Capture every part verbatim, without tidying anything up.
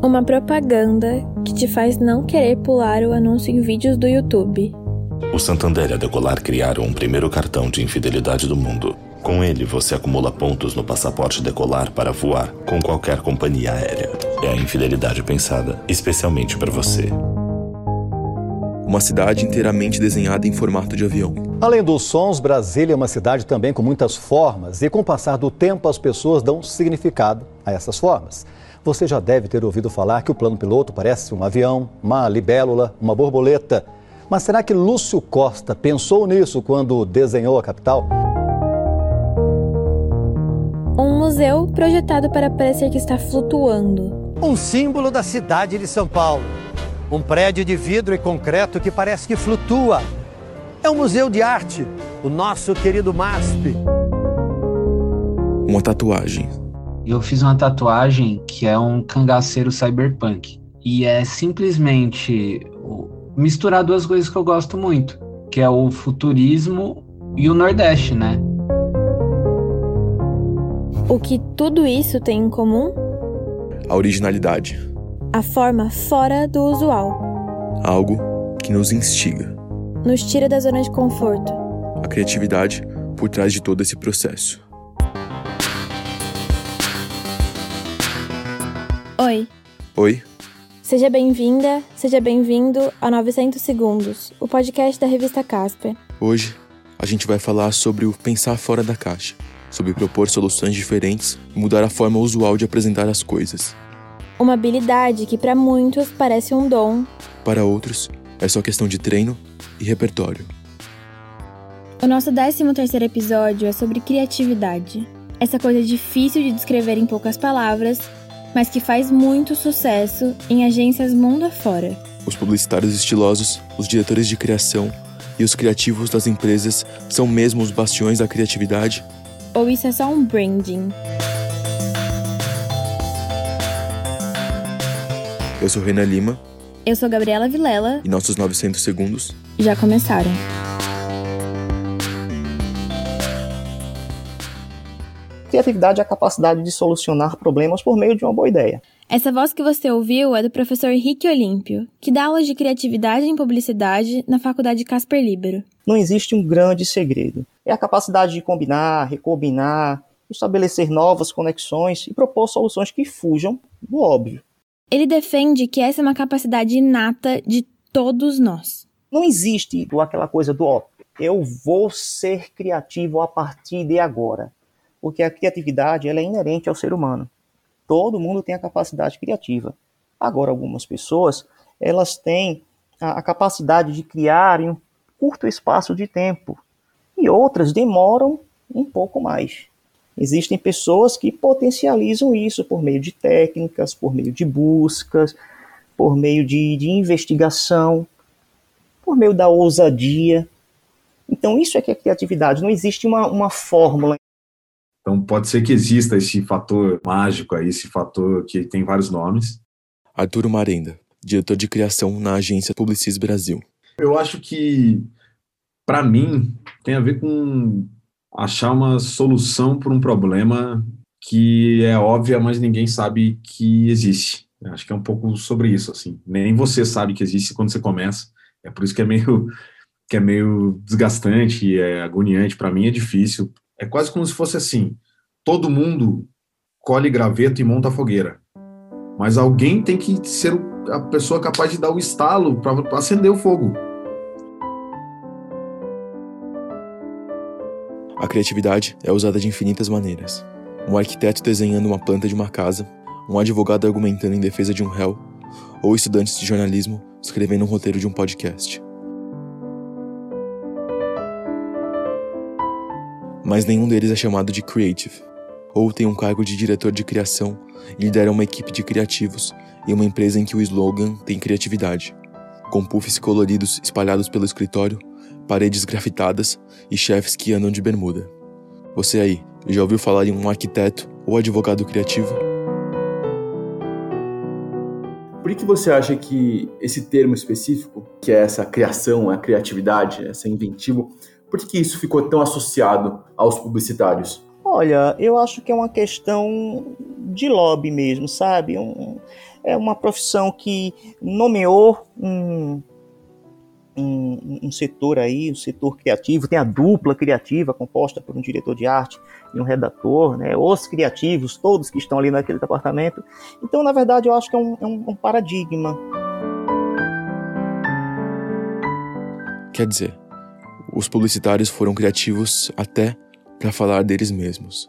Uma propaganda que te faz não querer pular o anúncio em vídeos do YouTube. O Santander e a Decolar criaram um primeiro cartão de infidelidade do mundo. Com ele, você acumula pontos no passaporte Decolar para voar com qualquer companhia aérea. É a infidelidade pensada especialmente para você. Uma cidade inteiramente desenhada em formato de avião. Além dos sons, Brasília é uma cidade também com muitas formas e com o passar do tempo as pessoas dão significado a essas formas. Você já deve ter ouvido falar que o plano piloto parece um avião, uma libélula, uma borboleta. Mas será que Lúcio Costa pensou nisso quando desenhou a capital? Um museu projetado para parecer que está flutuando. Um símbolo da cidade de São Paulo. Um prédio de vidro e concreto que parece que flutua. É um museu de arte, o nosso querido M A S P. Uma tatuagem. Eu fiz uma tatuagem que é um cangaceiro cyberpunk. E é simplesmente misturar duas coisas que eu gosto muito, que é o futurismo e o Nordeste, né? O que tudo isso tem em comum? A originalidade. A forma fora do usual. Algo que nos instiga. Nos tira da zona de conforto. A criatividade por trás de todo esse processo. Oi. Oi. Seja bem-vinda, seja bem-vindo a novecentos segundos, o podcast da revista Casper. Hoje, a gente vai falar sobre o pensar fora da caixa, sobre propor soluções diferentes e mudar a forma usual de apresentar as coisas. Uma habilidade que para muitos parece um dom. Para outros, é só questão de treino e repertório. O nosso décimo terceiro episódio é sobre criatividade. Essa coisa difícil de descrever em poucas palavras, mas que faz muito sucesso em agências mundo afora. Os publicitários estilosos, os diretores de criação e os criativos das empresas são mesmo os bastiões da criatividade? Ou isso é só um branding? Eu sou Renan Lima. Eu sou Gabriela Vilela. E nossos novecentos segundos já começaram. Criatividade é a capacidade de solucionar problemas por meio de uma boa ideia. Essa voz que você ouviu é do professor Rick Olímpio, que dá aulas de criatividade em publicidade na Faculdade Casper Libero. Não existe um grande segredo. É a capacidade de combinar, recombinar, estabelecer novas conexões e propor soluções que fujam do óbvio. Ele defende que essa é uma capacidade inata de todos nós. Não existe aquela coisa do ó, eu vou ser criativo a partir de agora. Porque a criatividade ela é inerente ao ser humano. Todo mundo tem a capacidade criativa. Agora, algumas pessoas elas têm a, a capacidade de criar em um curto espaço de tempo. E outras demoram um pouco mais. Existem pessoas que potencializam isso por meio de técnicas, por meio de buscas, por meio de, de investigação, por meio da ousadia. Então, isso é que é criatividade. Não existe uma, uma fórmula. Então pode ser que exista esse fator mágico aí, esse fator que tem vários nomes. Arturo Marenda, diretor de criação na agência Publicis Brasil. Eu acho que, para mim, tem a ver com achar uma solução para um problema que é óbvia, mas ninguém sabe que existe. Eu acho que é um pouco sobre isso, assim. Nem você sabe que existe quando você começa. É por isso que é meio, que é meio desgastante, é agoniante. Para mim é difícil. É quase como se fosse assim, todo mundo colhe graveto e monta a fogueira, mas alguém tem que ser a pessoa capaz de dar o estalo para acender o fogo. A criatividade é usada de infinitas maneiras. Um arquiteto desenhando uma planta de uma casa, um advogado argumentando em defesa de um réu, ou estudantes de jornalismo escrevendo um roteiro de um podcast. Mas nenhum deles é chamado de creative, ou tem um cargo de diretor de criação e lidera uma equipe de criativos em uma empresa em que o slogan tem criatividade, com puffs coloridos espalhados pelo escritório, paredes grafitadas e chefes que andam de bermuda. Você aí, já ouviu falar em um arquiteto ou advogado criativo? Por que você acha que esse termo específico, que é essa criação, a criatividade, essa inventivo, por que isso ficou tão associado aos publicitários? Olha, eu acho que é uma questão de lobby mesmo, sabe? Um, é uma profissão que nomeou um, um, um setor aí, um setor criativo, tem a dupla criativa composta por um diretor de arte e um redator, né? Os criativos, todos que estão ali naquele departamento. Então, na verdade, eu acho que é um, é um, um paradigma. Quer dizer, os publicitários foram criativos até para falar deles mesmos.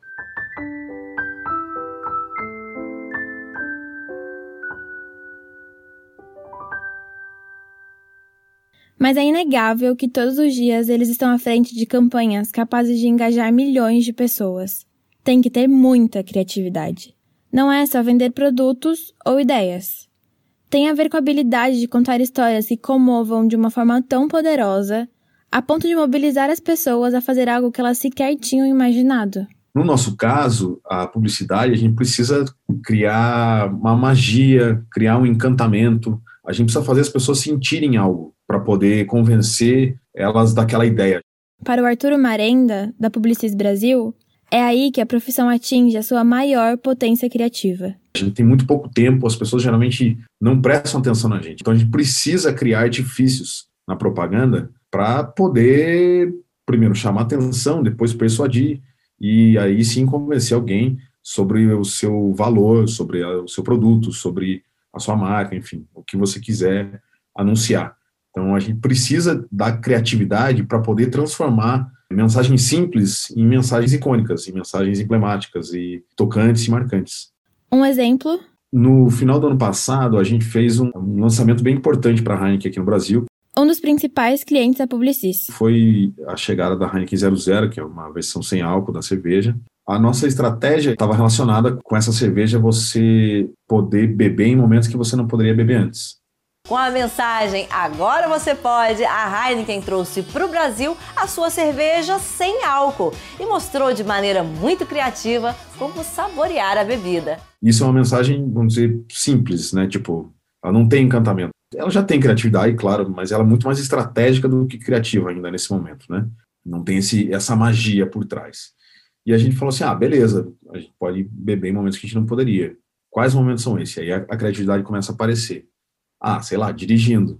Mas é inegável que todos os dias eles estão à frente de campanhas capazes de engajar milhões de pessoas. Tem que ter muita criatividade. Não é só vender produtos ou ideias. Tem a ver com a habilidade de contar histórias que comovam de uma forma tão poderosa, a ponto de mobilizar as pessoas a fazer algo que elas sequer tinham imaginado. No nosso caso, a publicidade, a gente precisa criar uma magia, criar um encantamento. A gente precisa fazer as pessoas sentirem algo para poder convencer elas daquela ideia. Para o Arturo Marenda, da Publicis Brasil, é aí que a profissão atinge a sua maior potência criativa. A gente tem muito pouco tempo, as pessoas geralmente não prestam atenção na gente. Então a gente precisa criar artifícios na propaganda para poder, primeiro, chamar atenção, depois persuadir, e aí sim convencer alguém sobre o seu valor, sobre o seu produto, sobre a sua marca, enfim, o que você quiser anunciar. Então a gente precisa da criatividade para poder transformar mensagens simples em mensagens icônicas, em mensagens emblemáticas e tocantes e marcantes. Um exemplo? No final do ano passado, a gente fez um, um lançamento bem importante para a Heineken aqui no Brasil. Um dos principais clientes da Publicis. Foi a chegada da Heineken zero zero, que é uma versão sem álcool da cerveja. A nossa estratégia estava relacionada com essa cerveja você poder beber em momentos que você não poderia beber antes. Com a mensagem "Agora você pode", a Heineken trouxe para o Brasil a sua cerveja sem álcool e mostrou de maneira muito criativa como saborear a bebida. Isso é uma mensagem, vamos dizer, simples, né? Tipo, ela não tem encantamento. Ela já tem criatividade, claro, mas ela é muito mais estratégica do que criativa ainda nesse momento, né? Não tem esse, essa magia por trás. E a gente falou assim, ah, beleza, a gente pode beber em momentos que a gente não poderia. Quais momentos são esses? Aí a, a criatividade começa a aparecer. Ah, sei lá, dirigindo.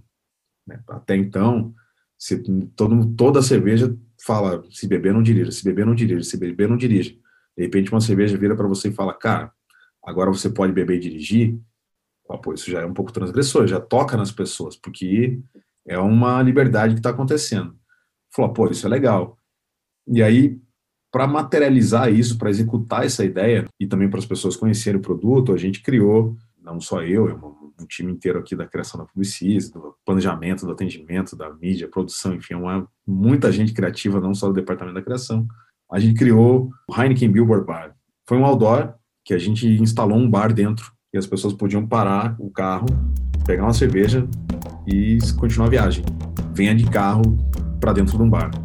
Até então, se, todo, toda cerveja fala, se beber não dirija, se beber não dirija, se beber não dirija. De repente uma cerveja vira para você e fala, cara, agora você pode beber e dirigir. Ah, pô, isso já é um pouco transgressor, já toca nas pessoas, porque é uma liberdade que está acontecendo. Falou, pô, isso é legal. E aí, para materializar isso, para executar essa ideia, e também para as pessoas conhecerem o produto, a gente criou, não só eu, eu um time inteiro aqui da criação da Publicis, do planejamento, do atendimento, da mídia, produção, enfim, uma, muita gente criativa, não só do departamento da criação. A gente criou o Heineken Billboard Bar. Foi um outdoor que a gente instalou um bar dentro e as pessoas podiam parar o carro, pegar uma cerveja e continuar a viagem. Venha de carro para dentro de um bar.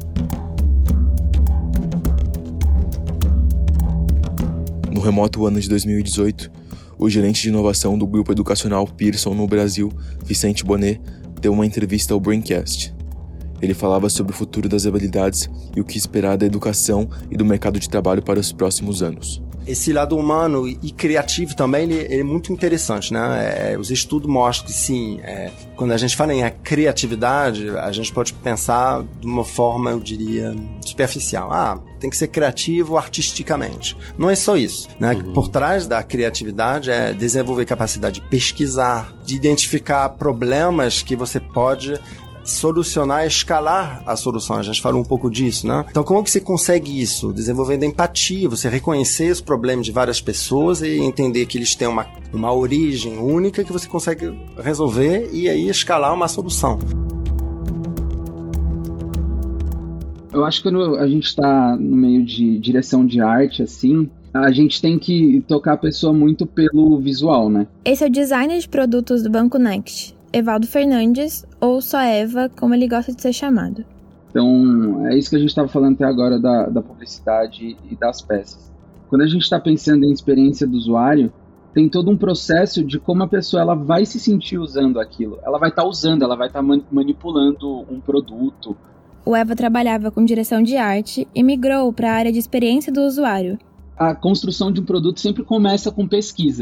No remoto ano de dois mil e dezoito, o gerente de inovação do grupo educacional Pearson no Brasil, Vicente Bonet, deu uma entrevista ao Braincast. Ele falava sobre o futuro das habilidades e o que esperar da educação e do mercado de trabalho para os próximos anos. Esse lado humano e criativo também ele, ele é muito interessante, né? É, os estudos mostram que sim, é, quando a gente fala em criatividade, a gente pode pensar de uma forma, eu diria, superficial. Ah, tem que ser criativo artisticamente. Não é só isso, né? Uhum. Por trás da criatividade é desenvolver capacidade de pesquisar, de identificar problemas que você pode solucionar, escalar a solução. A gente falou um pouco disso, né? Então, como que você consegue isso? Desenvolvendo empatia, você reconhecer os problemas de várias pessoas e entender que eles têm uma, uma origem única que você consegue resolver e aí escalar uma solução. Eu acho que quando a gente está no meio de direção de arte, assim, a gente tem que tocar a pessoa muito pelo visual, né? Esse é o designer de produtos do Banco Next, Evaldo Fernandes, ou só Eva, como ele gosta de ser chamado. Então, é isso que a gente estava falando até agora da, da publicidade e das peças. Quando a gente está pensando em experiência do usuário, tem todo um processo de como a pessoa ela vai se sentir usando aquilo. Ela vai estar tá usando, ela vai estar tá manipulando um produto. O Eva trabalhava com direção de arte e migrou para a área de experiência do usuário. A construção de um produto sempre começa com pesquisa.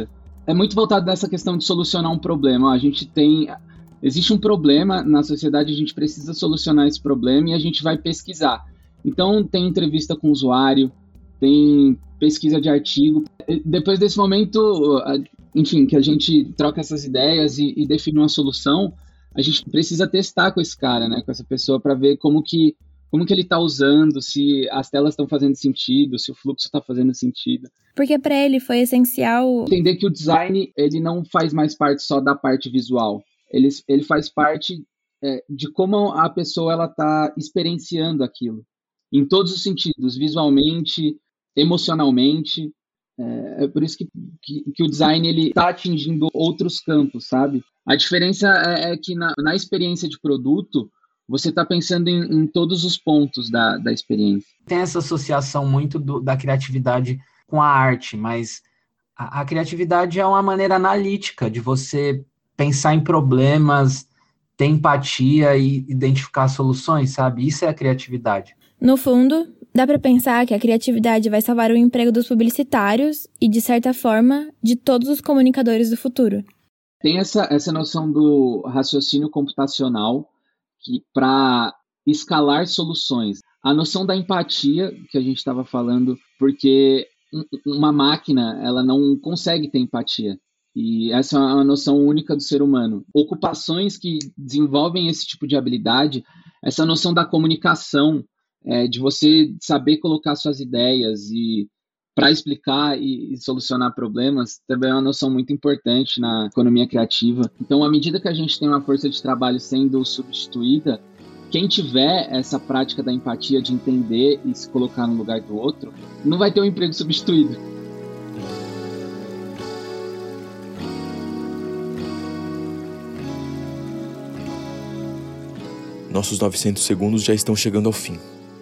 é muito voltado nessa questão de solucionar um problema. A gente tem... Existe um problema na sociedade, a gente precisa solucionar esse problema e a gente vai pesquisar. Então, tem entrevista com o usuário, tem pesquisa de artigo. Depois desse momento, enfim, que a gente troca essas ideias e, e define uma solução, a gente precisa testar com esse cara, né, com essa pessoa, para ver como que, como que ele está usando, se as telas estão fazendo sentido, se o fluxo está fazendo sentido. Porque para ele foi essencial... Entender que o design, ele não faz mais parte só da parte visual. Ele, ele faz parte é, de como a pessoa ela está experienciando aquilo, em todos os sentidos, visualmente, emocionalmente. É, é por isso que, que, que o design está atingindo outros campos, sabe? A diferença é, é que na, na experiência de produto, você está pensando em, em todos os pontos da, da experiência. Tem essa associação muito do, da criatividade com a arte, mas a, a criatividade é uma maneira analítica de você pensar em problemas, ter empatia e identificar soluções, sabe? Isso é a criatividade. No fundo, dá para pensar que a criatividade vai salvar o emprego dos publicitários e, de certa forma, de todos os comunicadores do futuro. Tem essa, essa noção do raciocínio computacional que para escalar soluções. A noção da empatia, que a gente estava falando, porque uma máquina ela não consegue ter empatia. E essa é uma noção única do ser humano. Ocupações que desenvolvem esse tipo de habilidade, essa noção da comunicação, é, de você saber colocar suas ideias e para explicar e, e solucionar problemas, também é uma noção muito importante na economia criativa. Então, à medida que a gente tem uma força de trabalho sendo substituída, quem tiver essa prática da empatia, de entender e se colocar no lugar do outro, não vai ter um emprego substituído. Nossos novecentos segundos já estão chegando ao fim.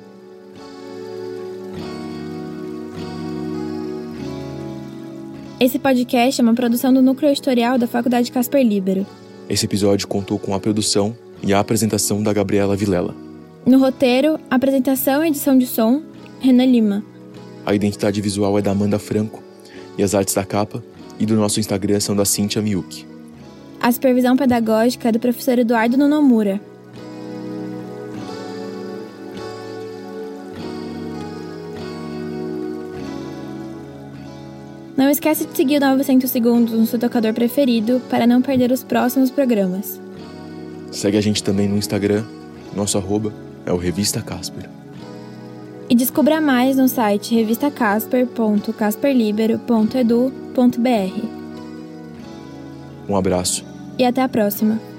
Esse podcast é uma produção do Núcleo Editorial da Faculdade Casper Líbero. Esse episódio contou com a produção e a apresentação da Gabriela Vilela. No roteiro, apresentação e edição de som, Renan Lima. A identidade visual é da Amanda Franco e as artes da capa e do nosso Instagram são da Cíntia Miyuki. A supervisão pedagógica é do professor Eduardo Nonomura. Não esquece de seguir o novecentos segundos no seu tocador preferido para não perder os próximos programas. Segue a gente também no Instagram, nosso arroba é o Revista Casper. E descubra mais no site revista casper ponto casper libero ponto edu ponto br. Um abraço. E até a próxima.